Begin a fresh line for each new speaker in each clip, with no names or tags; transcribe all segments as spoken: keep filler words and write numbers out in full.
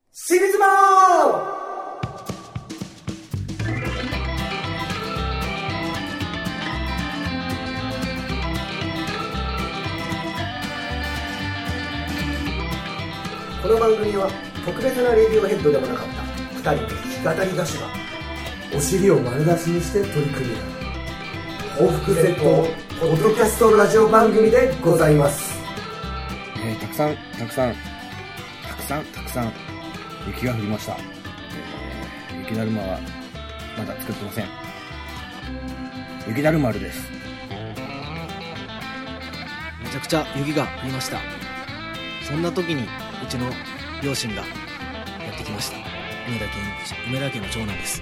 シリズモこの番組は特別なレディオヘッドでもなかったふたりの弾き語り歌手がお尻を丸出しにして取り組み報復絶倒ポッドキャストラジオ番組でございます。
えー、たくさんたくさんたくさんたくさん雪が降りました。えー、雪だるまはまだ作ってません。雪だるまるです。
めちゃくちゃ雪が降りました。そんな時にうちの両親がやってきました。梅田県梅田家の長男です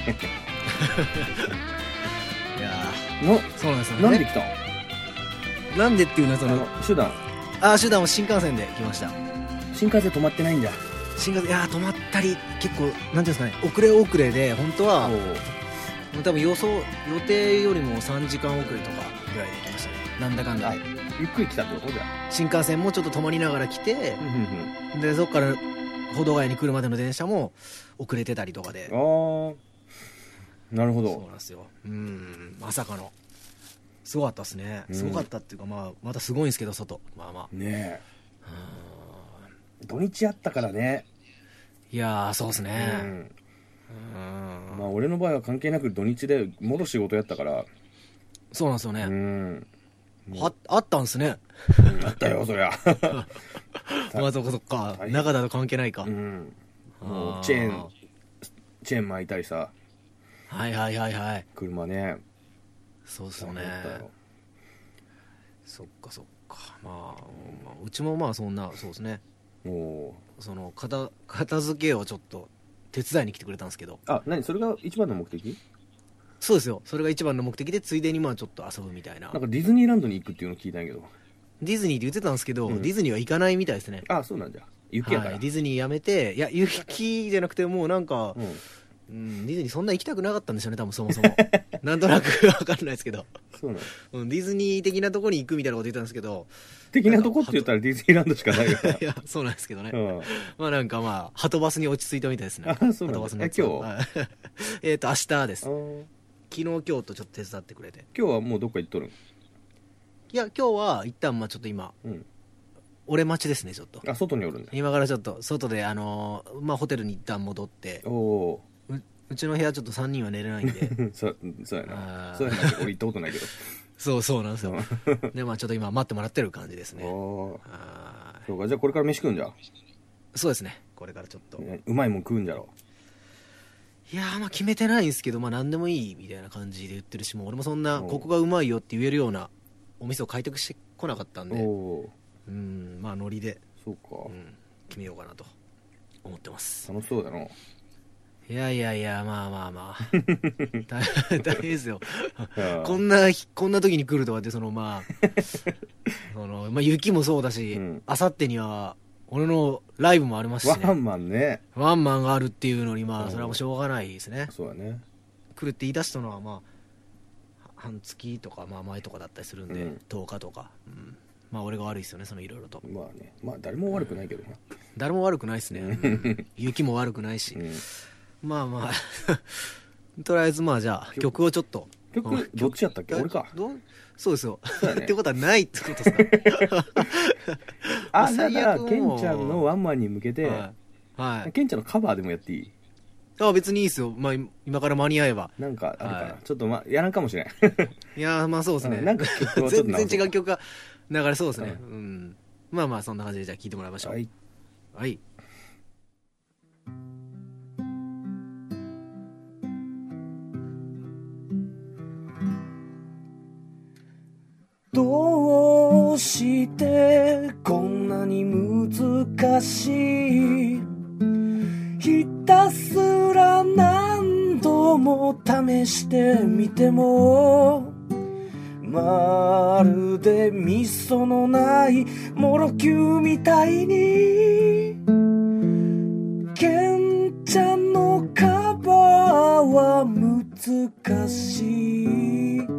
いや
の
そうなんですよね。
なんで来たの？
なんでっていうのはその
手段
あ手段は新幹線で来ました。
新幹線止まってないんだ。
新幹線いや止まったり結構なんていうんですかね、遅れ遅れで本当は多分予想予定よりもさんじかん遅れとかぐらいで来ましたね。なんだかんだ
ゆっくり来たってことだよ。
新幹線もちょっと止まりながら来てでそっから保土ヶ谷に来るまでの電車も遅れてたりとかで。
ああなるほど。
そうなんですよ。うんまさかのすごかったですね、うん、すごかったっていうか、まあ、またすごいんですけど外まあまあ
ねえ土日あったからね。
いやーそうですね、うん
うんまあ俺の場合は関係なく土日でもろ仕事やったから
そうなんですよね。
うん
あ, あったんですね、
うん、あったよそりゃ
まあそっかそっか中だと関係ないか、うん、
もうチェーンチェーン巻いたりさ
はいはいはいはい
車ね。
そうっすよね。そっかそっか、まあ、まあうちもまあそんなそうですね。おその 片, 片付けをちょっと手伝いに来てくれたんですけど。
あ何それが一番の目的？
そうですよ、それが一番の目的でついでにまあちょっと遊ぶみたいな。
なんかディズニーランドに行くっていうのを聞いたんやけど。
ディズニーって言ってたんですけど、うん、ディズニーは行かないみたいですね。
あそうなんじゃ雪やから、はい、
ディズニーやめていや雪じゃなくてもうなんか、うんうん、ディズニーそんな行きたくなかったんでしょうね多分そもそもなんとなく分かんないですけどそうなの、うん、ディズニー的なとこに行くみたいなこと言ったんですけど
的なとこって言ったらディズニーランドしかないよ
いやそうなんですけどね、うん、まあなんかまあハトバスに落ち着いたみたいですね。
あそうなんですね。今日
えっと明日です。昨日今日とちょっと手伝ってくれて。
今日はもうどっか行っとるん？
いや今日は一旦まあちょっと今、うん、俺待ちですねちょっと。
あ外におるんだ。
今からちょっと外であのー、まあホテルに一旦戻っておう, うちの部屋ちょっとさんにんは寝れないんで
そ, そうやなそうやな俺行ったことないけど
そうそうなんですよでまあちょっと今待ってもらってる感じですね。
おあそうかじゃあこれから飯食うんじゃ。
そうですねこれからちょっと
うまいもん食うんじゃろ。
いやーまあ決めてないんですけどまあ何でもいいみたいな感じで言ってるしもう俺もそんなここがうまいよって言えるようなお店を開拓してこなかったんでうんまあノリで
そうか、うん、
決めようかなと思ってます。
楽しそうだな。
いやいやいやまあまあまあ大, 大変ですよこんなこんな時に来るとかってそのまあその、まあ、雪もそうだしあさってには俺のライブもありますしね。
ワンマンね
ワンマンがあるっていうのにまあそれはもうしょうがないですね。
そうだね
来るって言い出したのはまあ半月とかまあ前とかだったりするんで、うん、とおかとか、うん、まあ俺が悪いですよねそのいろいろと。
まあねまあ誰も悪くないけどな、うん、
誰も悪くないですね、うん、雪も悪くないし、うんまあまあとりあえずまあじゃあ曲をちょっと
曲どっちやったっけ俺か
どそうですよ、ね、ってことはないってことですか
あだからケンちゃんのワンマンに向けて、はい
はい、
ケンちゃんのカバーでもやっていい？
あ別にいいですよ、まあ、今から間に合えば
なんかあるかな、はい、ちょっと、ま、やらんかもしれん
いやまあそうですね、
うん、なんか曲をちょっと
全然違う曲が流れそうですね、うんうん、まあまあそんな感じでじゃあ聴いてもらいましょう。はい、はい
どうしてこんなに難しいひたすら何度も試してみてもまるで味噌のないもろきゅうみたいにケンちゃんのカバーは難しい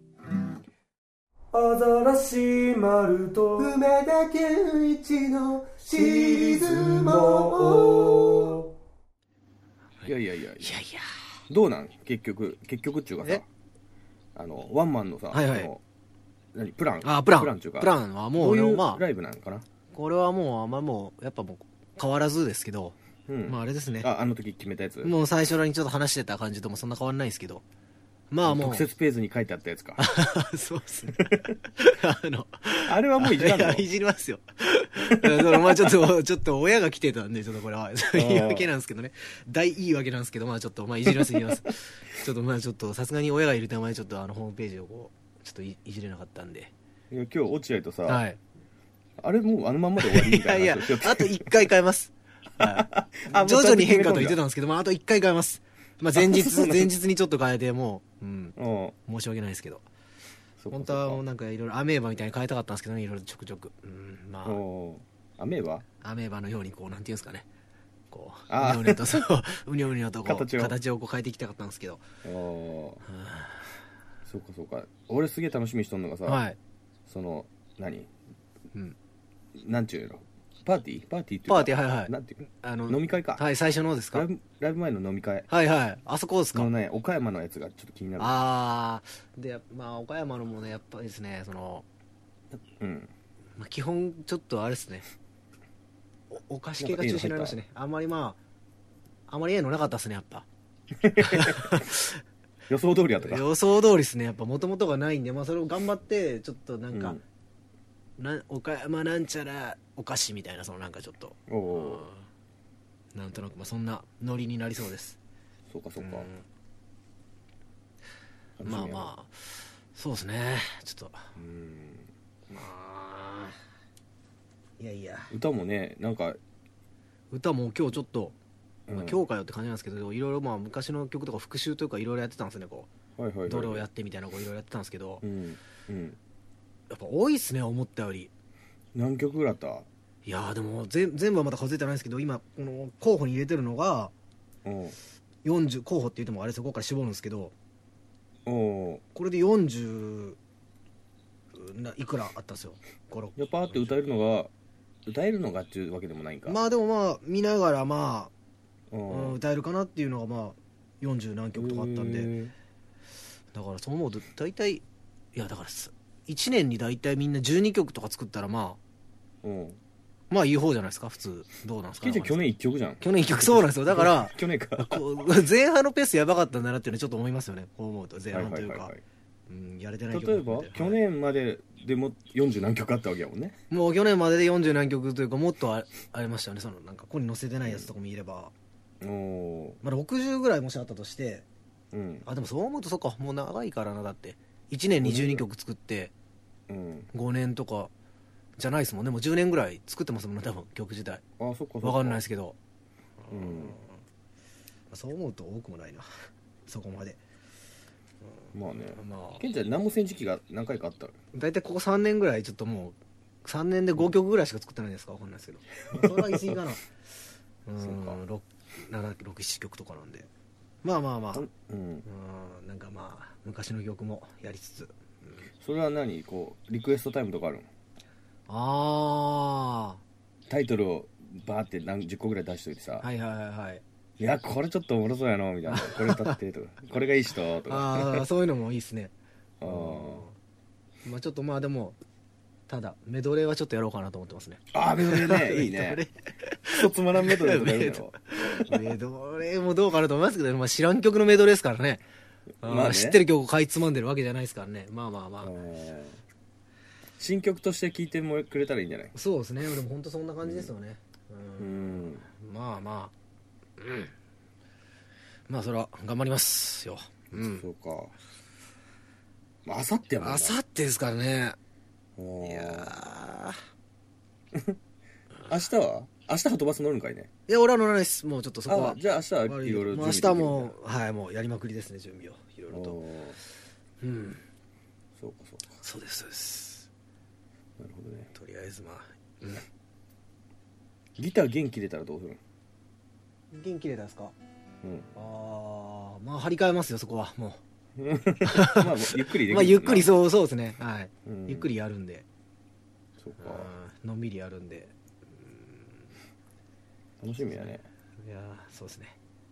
アザラシ丸と梅田健一のシリズモ
いやいやいやいや
いやいや
どうなん結局結局っていうかさ
え
あのワンマンのさ、
はいはい
その何プラン
あプラン
プランっていうか
プランはもう
どういう
まあ
ライブなのかな、
これはもうあんまもうやっぱもう変わらずですけど、
うん
まああれですね
ああの時決めたやつ
もう最初にちょっと話してた感じともそんな変わらないですけどまあもう
特設ページに書いてあったやつか
そうですねあの
あれはもういじらんの
いやいじりますよだからまあちょっとちょっと親が来てたんでちょっとこれは言い訳なんですけどね大言い訳なんですけどまあちょっとまあいじりますいじりますちょっとまあちょっとさすがに親がいる手前ちょっとあのホームページをこうちょっと い, いじれなかったんで
いや今日落合とさ、
はい
あれもうあのまんまで終わりみ
いやいや
たいな話をしよう
あといっかい変えます、は
あ
い、徐々に変化と言ってたんですけどまああといっかい変えますまあ前日前日にちょっと変えてもう、うん、
うん
申し訳ないですけど
そっかそっか
本当はもうなんかいろいろアメーバみたいに変えたかったんですけどねいろいろちょくちょく、うん、まあ
おアメーバ
アメーバのようにこうなんていうんですかねこう
あー
うにょうにょとそううにょうにょとこう
形を
形をこう変えていきたかったんですけど、
おそうかそうか俺すげえ楽しみにしとんのがさ、
はい、
その何
うん、
なんちゅうのパーティーパーティーっていうか
パーティーはいはい
なんていう
あの
の飲み会か、
はい最初のですか
ライブライブ前の飲み会
はいはいあそこですか
のね岡山のやつがちょっと気になる
ああでまあ岡山のもねやっぱりですねその、
うん
まあ、基本ちょっとあれですねおお菓子系が中心になりましたねあんまりまああまりええのなかったですねやっぱ
予想通りやったか
予想通りですねやっぱもともとがないんで、まあ、それを頑張ってちょっとなんか、
うん
な岡山なんちゃらお菓子みたいなそのなんかちょっと
おお
うんなんとなくまあそんなノリになりそうです
そうかそうか、
うんまあまあそうですねちょっと
うん
まあいやいや
歌もねなんか、
歌も今日ちょっと、
うん
まあ、今日かよって感じなんですけどいろいろまあ昔の曲とか復習というかいろいろやってたんですねこう、
はいはいはい、
どれをやってみたいなこういろいろやってたんですけど、
うんうん
やっぱ多いっすね思ったより
何曲ぐらいあった
いやーでも全全部はまだ数えてないんですけど今この候補に入れてるのが
うん
よんじゅう候補って言ってもあれそこから絞るんですけど
お
これでよんじゅうないくらあったんですよごろく
やっぱーって歌えるのが歌えるのがっていうわけでもないんか
まあでもまあ見ながらまあ、
う
うんん、歌えるかなっていうのがまあよんじゅう何曲とかあったんで
へ
だからそう思うと大体いやだからいちねんに大体みんなじゅうにきょくとか作ったらまあ
ーうん
まあいい方じゃないですか普通どうなんですかね
ケイちゃん去年いっきょくじゃん
去年いっきょくそうなんですよだから
去年か
こう前半のペースやばかったんだなっていうのはちょっと思いますよねこう思うと前半というか、
はいはいはいはい
うん、やれてない曲
例えば
なんで
去年まででもよんじゅう何曲あったわけやもんね
もう去年まででよんじゅう何曲というかもっとあありましたよねそのなんかここに載せてないやつとかもいれば、
おお
まあ、ろくじゅうぐらいもしあったとして
ーうん
あでもそう思うとそっかもう長いからなだっていちねんにじゅうにきょく作って
うん
ごねんとかじゃないですもんねもうじゅうねんぐらい作ってますもんね多分曲自体
あそっかそっか
わかんないですけど
うん
そう思うと多くもないなそこまで
まあね
まあ
ケンちゃん何も戦時期が何回かあった
大体ここさんねんぐらいちょっともうさんねんでごきょくぐらいしか作ってないですかわかんないですけど、まあそれは言い過ぎかなう
そうか
んろく、なな、ろく、ななきょくとかなんでまあまあまあ
うん
うんなんかまあ昔の曲もやりつつ
それは何こうリクエストタイムとかあるの
あ
タイトルをバーって何じゅっこぐらい出しといてさ、
あはいはいはいはい
いやこれちょっとおもろそうやのみたいなこれ歌ってとかこれがいい人とか
ああそういうのもいいですね
あ
まあちょっとまあでもただメドレーはちょっとやろうかなと思ってますね
あメドレーねいいねクソつまらんメドレーとかやるの
メドレーもどうかなと思いますけど、まあ、知らん曲のメドレーですからねあー
まあね
知ってる曲をかいつまんでるわけじゃないですからねまあまあまあ
新曲として聴いてもくれたらいいんじゃない
そうですねでも本当そんな感じですよね
う
うん
ん
まあまあうんまあそれは頑張りますようん
そうかまああさってやもんな
あさってですからね
おー
いや
明日は明日は飛ばす乗るんかいね
ーいや俺は乗らないですもうちょっとそこは
あじゃあ明日はいろいろ
もう明日もはいもうやりまくりですね準備をいろいろと
おー
うん
そうかそうか
そうですそうです
なるほどね
とりあえずまあ、うん、
ギター弦切れたらどうする
元気でですか
うん
ああまあ張り替えますよそこはも
まあもうゆっくりできる
うまあゆっくり
う、
そうそうですねはい、
うん
ゆっくりやるんで
そうか
うんのんびりやるんで
楽しみだね。
いやそうですね。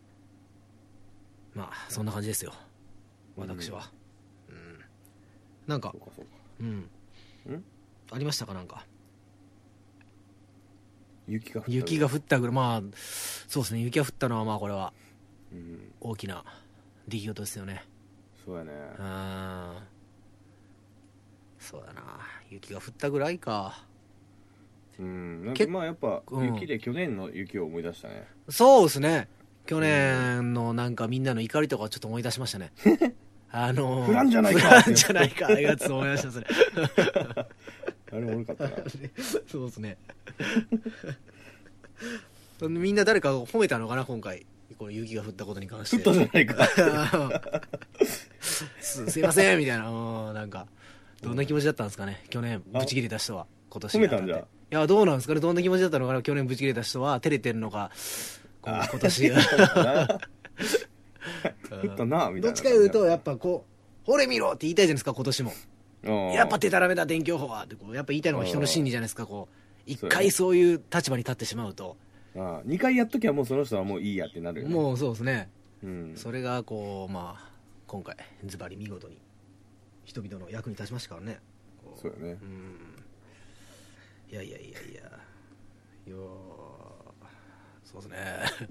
まあそんな感じですよ私は。うん、うん、なんか
そうかそうか。
うん。
ん
ありましたかなんか。
雪が降った
雪が降ったぐらい、まあそうですね、雪が降ったのはまあこれは
うん
大きな出来事ですよね。
そうやね。
うん、そうだな、雪が降ったぐらいか。
うんなんか
け
まあやっぱ
うん
雪で去年の雪を思い出したね。
そうですね、去年のなんかみんなの怒りとかちょっと思い出しましたねあのー、
降らんじゃないか
降らんじゃないかやつ思い出したそれ
あれおもろかったな
そうですねみんな誰か褒めたのかな今回、この雪が降ったことに関して。
降ったじゃないか
す, すいませんみたいな、うん、なんかどんな気持ちだったんですかね去年ブチ切れた人は。今年
褒めたんじゃ。
いやどうなんですかね、どんな気持ちだったのかな去年ブチ切れた人は。照れてるのかこう今年
降ったなみたいな。
どっちか言うとやっぱこうほれ見ろって言いたいじゃないですか今年も。やっぱデタラメだ天気予報はってこうやっぱ言いたいのが人の心理じゃないですか。こう一回そういう立場に立ってしまうと
ああにかいやっときゃもうその人はもういいやってなるよね。
もうそうですね、
うん、そ
それがこうまあ今回ズバリ見事に人々の役に立ちましたからね。
そうよね。
うん、いやいやいやいやいやそうですね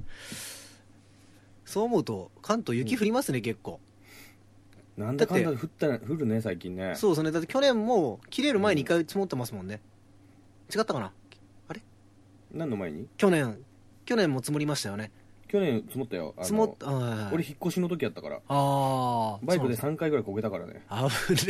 そう思うと関東雪降りますね、うん、結構。
なんだかんだ降った降るね最近ね。
そうですね、だって去年も切れる前にいっかい積もってますもんね、うん、違ったかなあれ
何の前に
去年去年も積もりましたよね。
去年積もったよ。
積もった。
俺引っ越しの時やったから。
ああ
バイクでさんかいぐらいこけたからね。
あぶね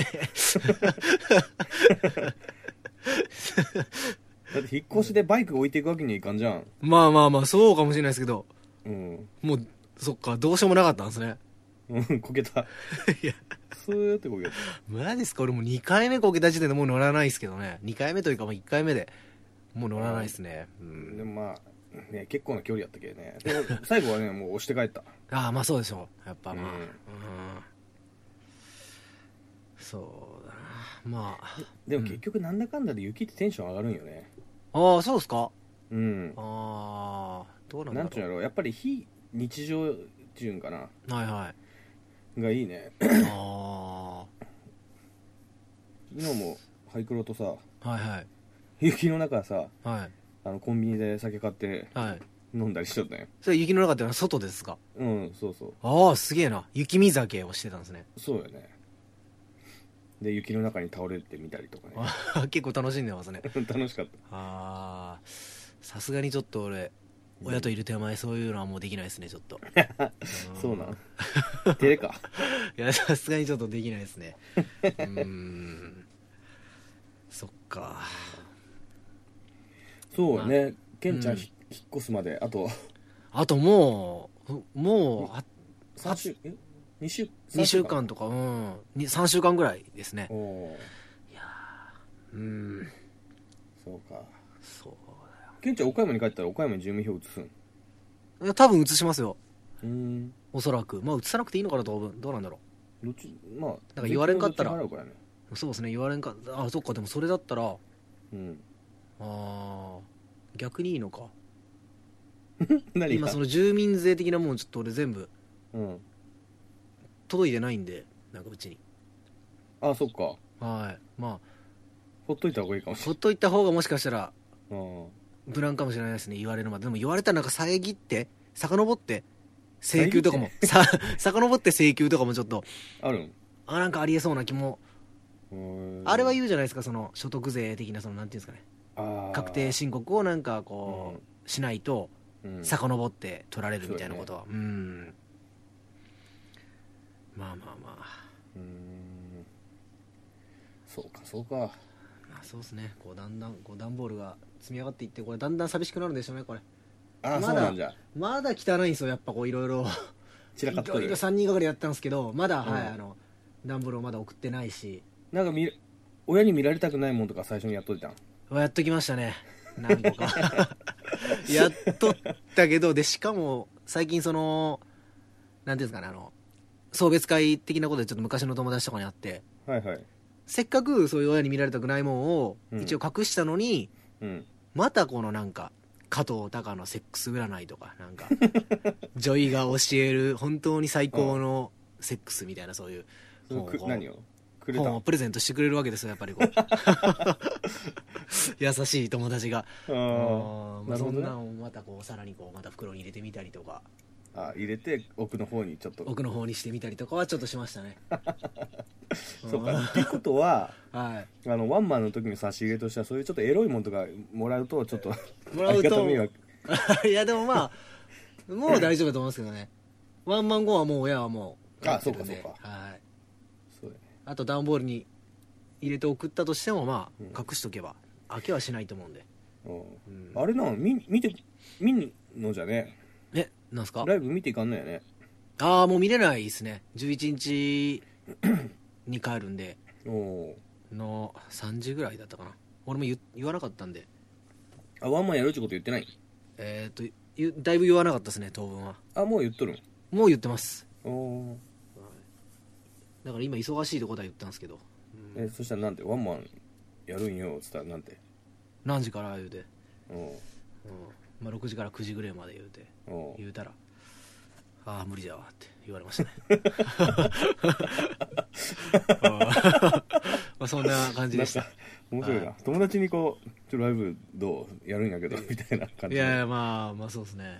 だって引っ越しでバイク置いていくわけにはいかんじゃん。
まあまあまあそうかもしれないですけど、
うん、
もうそっかどうしようもなかったんですね。
うんこけたいやそうやってこけた。
マジですか。俺もにかいめこけた時点でもう乗らないですけどね。にかいめというかもういっかいめでもう乗らないですね、うん、
でもまあね結構な距離やったけどね。でも最後はねもう押して帰った
ああまあそうでしょうやっぱまあ、うんうん、そうだな。まあ
でも結局なんだかんだで雪ってテンション上がるんよね、
うん、ああそうですか。
うん
ああどうなんだろう。
なんていうんやろうやっぱり非日常っていうんかな
はいはい
がいいね
ああ
昨日もハイクロとさ
はいはい
雪の中さ、
はい、
あのコンビニで酒買って飲んだりしとったんよ。
それ雪の中ってのは外ですか。
うんそうそう。
ああすげえな、雪見酒をしてたんですね。
そうよね。で雪の中に倒れてみたりとかね
結構楽しんでますね
楽しかった。
ああさすがにちょっと俺親といる手前そういうのはもうできないですねちょっと
そうなん照れか
いやさすがにちょっとできないですねうーんそっか
そうね、まあ、ケンちゃん、
うん、
引っ越すまであと
あともうもう
さん週えに週
にしゅうかんとかうんさんしゅうかんぐらいですね。
お
いやうん
そうか。
そうだよ。
ケンちゃん岡山に帰ったら岡山に住民票移すん？
いや多分移しますよ。
うーん
おそらくまあ移さなくていいのかな当分どうなんだろ
う。どっちまあ
だから言われんかったら、
ね、
そうですね言われんかあそっかでもそれだったら
うん
あ逆にいいのか
何
今その住民税的なもんちょっと俺全部
うん
届いてないんでなんかうちに
あそっか
はいまあ
ほっといた方がいいかもしれない。
ほっといた方がもしかしたら
うん
無難かもしれないですね言われるまで。でも言われたらなんか遮って遡って請求とかもさ遡って請求とかもちょっと
あるん
あなんかありえそうな気も。あれは言うじゃないですかその所得税的なそのなんていうんですかね
あ
確定申告をなんかこう、うん、しないと
うん、
遡って取られるみたいなことは う,、ね、うんまあまあまあ
うーんそうかそうか。
まあそうですねこうだんだんこう段ボールが積み上がっていってこれだんだん寂しくなるんでしょうねこれ。
あ、
まだ
そうなんじゃ。
まだ汚いんですよやっぱこういろいろ
散らかっとる。
いろいろさんにんがかりやったんですけどまだ、
うん、
はいあの段ボールをまだ送ってないし
なんか見親に見られたくないもんとか最初にやっといたん。
やっときましたね何個かやっとったけどでしかも最近そのなんていうんですかねあの送別会的なことでちょっと昔の友達とかに会って
はいはい
せっかくそういう親に見られたくないもんを一応隠したのに、
うん、
またこのなんか加藤鷹のセックス占いとかなんか女医が教える本当に最高のセックスみたいなそういう
本を何をくれた
本をプレゼントしてくれるわけですよやっぱりこう優しい友達があ、まあ、そんなのをまたこうさらにこうまた袋に入れてみたりとか
あ入れて奥の方にちょっと
奥の方にしてみたりとかはちょっとしましたね
そうかっていうことは、
はい、
あのワンマンの時の差し入れとしてはそういうちょっとエロいものとかもらうとちょっと
もらうといやでもまあもう大丈夫だと思いますけどねワンマン後はもう親はもう帰ってるんで、
あそうかそうか、
はい、
そうだね、
あと段ボールに入れて送ったとしてもまあ、うん、隠しとけば開けはしないと思うんで、うん、
あれなの見見て見んのじゃね
えなんすか
ライブ見ていかんのやね
ああもう見れないですねじゅういちにちに帰るんで
お
のさんじぐらいだったかな俺も 言, 言わなかったんで
あワンマンやるってこと言ってない
えー、っとだいぶ言わなかったですね当分は
あもう言っとるん
もう言ってます
お
だから今忙しいとこでは言ったんですけど、
うん、えそしたらなんてワンマンやるんよっつったらなんて
何時から言うて
おう、うん
まあ、ろくじからくじぐらいまで言うて言うたらああ無理だわって言われましたねまあそんな感じでした
面白いな友達にこうちょっとライブどうやるんやけどみたいな感じ
いやいやまあまあそうですね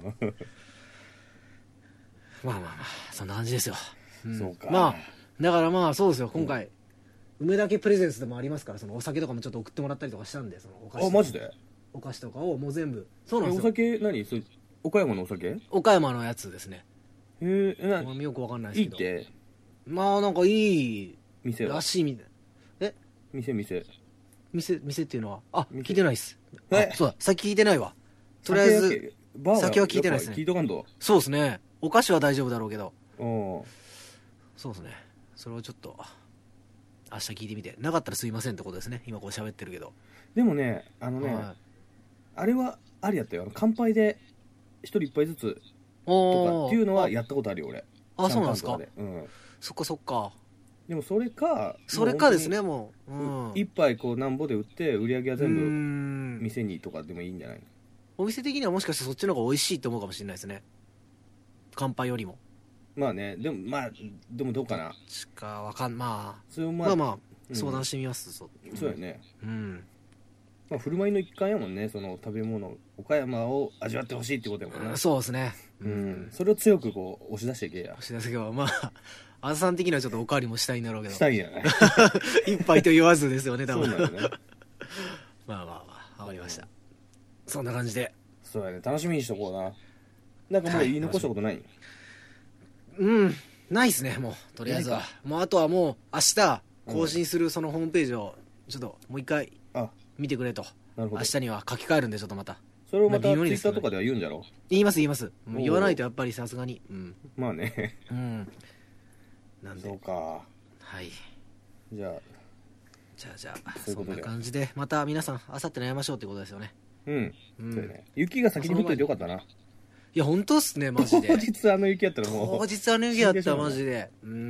まあまあまあそんな感じですよ、
うん、そうか
まあだからまあそうですよ今回、うん、梅だけプレゼンスでもありますからそのお酒とかもちょっと送ってもらったりとかしたんでそのお菓子
あマジで
お菓子とかをもう全部そうなんですよ
お酒何それ岡山のお酒
岡山のやつですね
へえな
よくわかんないですけど
いいって
まあなんかいい
店
らしいみたいえ
店店
店店っていうのはあ聞いてないっす
え
そうだ先聞いてないわとりあえず先は聞いてないですね
聞いとかんと
そうですねお菓子は大丈夫だろうけど
お
そうですねそれをちょっと明日聞いてみてなかったらすいませんってことですね今こう喋ってるけど
でもねあのね、はい、あれはありやったよ乾杯で一人一杯ずつとかっていうのはやったことあるよ俺
あそうなんですか、
うん、
そっかそっか
でもそれか
それかですねもう、うん、
一杯こうなんぼで売って売り上げは全部店にとかでもいいんじゃない
お店的にはもしかしてそっちの方が美味しいと思うかもしれないですね乾杯よりも
まあねでもまあでもどうかな
しかわかんまあ
それま
あまあまあ、うん、相談してみます、
そ, そうやね
うん
まあ、振る舞いの一環やもんねその食べ物岡山を味わってほしいってことやもんね、
うん、そうですね
うん、うん、それを強くこう押し出していけや
押し出していけばまああざさん的にはちょっとおかわりもしたいんだろうけど
したいんやね
一杯と言わずですよね多分
そうなんだね
まあまあまあわかりました、うん、そんな感じで
そうやね楽しみにしとこうななんかもう言い残したことない、はい、
うんないっすねもうとりあえずはもうあとはもう明日更新するそのホームページをちょっともう一回見てくれと
なるほど
明日には書き換えるんでちょっとまた
それをまたツイッターとかでは言うんじゃろ
言います言います言わないとやっぱりさすがに、うん、
まあね
うんなんで
そうか
はい
じゃあ
じゃあじゃあ そ, そんな感じでまた皆さんあさって悩ましょうってことですよね
うん、うん、そうね雪が先に降っといてよかったない
や本当っすねマジで
当日あの雪やったらもう
当日あの雪やったらマジでうん、うん、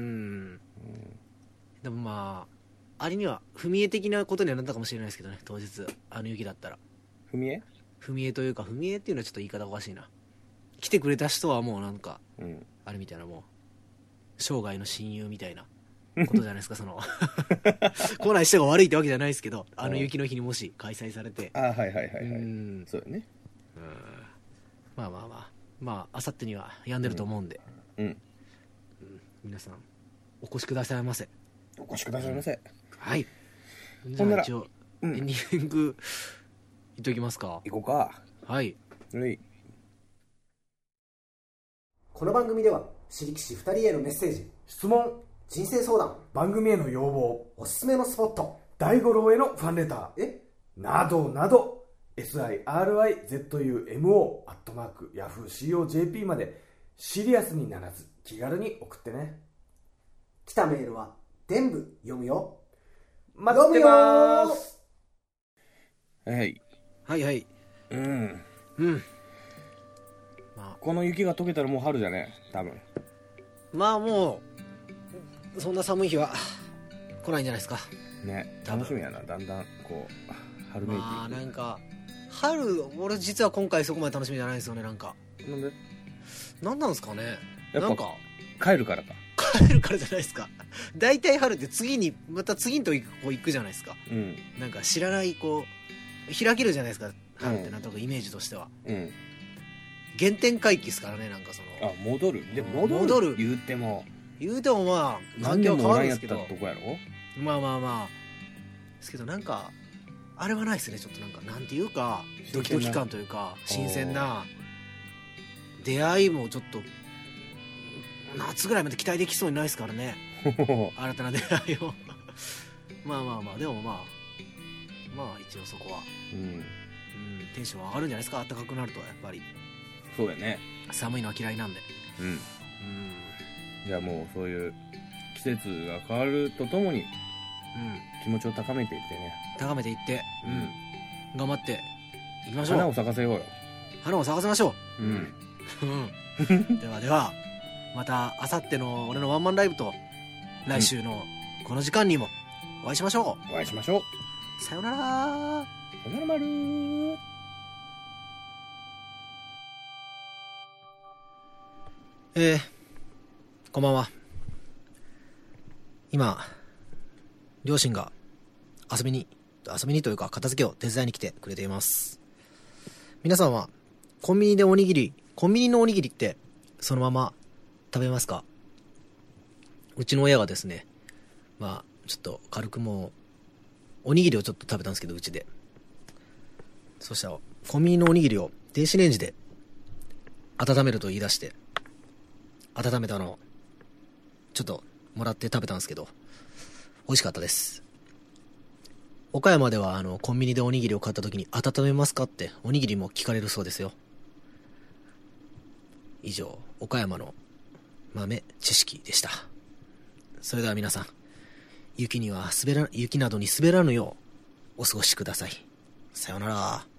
でもまああれには踏み絵的なことにはなったかもしれないですけどね当日あの雪だったら
踏み絵
踏み絵というか踏み絵っていうのはちょっと言い方おかしいな来てくれた人はもうなんか、うん、あれみたいなもう生涯の親友みたいなことじゃないですかその来ない人が悪いってわけじゃないですけどあの雪の日にもし開催されて
あはいはいはいはいうんそうよね
うんまあまあまあまああさってには病んでると思うんで、
うんうん、
皆さんお越しくださいませ
お越しくださいませ、うん、
はいじゃあ一応、うん、エンディングいっときますか
行こうか
はい
はい
この番組では私力士ふたりへのメッセージ
質問
人生相談
番組への要望
おすすめのスポット
大五郎へのファンレター
え
などなど シリズム アットマーク ヤフー シーオージェーピー までシリアスにならず気軽に送ってね
来たメールは全部読むよ
待ってまーす
はい
はいはい
うん
うん
まあこの雪が溶けたらもう春じゃね多分
まあもうそんな寒い日は来ないんじゃないですか
ね楽しみやなだんだんこう春めいていく
まあなんか春俺実は今回そこまで楽しみじゃないですよね。なんか
なんで
なんなんですかね。
やっぱ
なんか
帰るからか。
帰るからじゃないですか。大体春って次にまた次のとここ行くじゃないですか。
うん。
なんか知らないこう開けるじゃないですか春ってなんとなくイメージとしては、
うん。
原点回帰ですからね。なんかその
あ、戻る。でも戻る。
戻る
言うても
言うてもまあ環
何
境は変わ
年もおらんやっ
るんですけど、
たとこやろ。
まあまあまあですけど、なんかあれはないですね。ちょっとなんかなんていうかドキドキ感というか新鮮な出会いもちょっと夏ぐらいまで期待できそうにないですからね。新たな出会いをまあまあまあでもまあまあ一応そこは、
うん、
うん、テンション上がるんじゃないですか。暖かくなるとやっぱり。
そうやね。
寒いのは嫌いなんで。
うん。
うん。
じゃあもうそういう季節が変わるとともに
うん。
気持ちを高めていってね。
高めていって、うん、頑張っていきましょう。
花を咲かせようよ。
花を咲かせましょう。
うん。
うん。ではでは、またあさっての俺のワンマンライブと来週のこの時間にもお会いしましょ
お会いしましょう。
う。さよなら。
さよならまるー。
えー、こんばんは。今両親が遊びに遊びにというか片付けを手伝いに来てくれています。皆さんはコンビニでおにぎりコンビニのおにぎりってそのまま食べますか？うちの親がですね、まあちょっと軽くもうおにぎりをちょっと食べたんですけど、うちでそしたらコンビニのおにぎりを電子レンジで温めると言い出して、温めたのをちょっともらって食べたんですけど、美味しかったです。岡山ではあのコンビニでおにぎりを買った時に温めますかっておにぎりも聞かれるそうですよ。以上、岡山の豆知識でした。それでは皆さん、雪には滑ら雪などに滑らぬようお過ごしください。さようなら。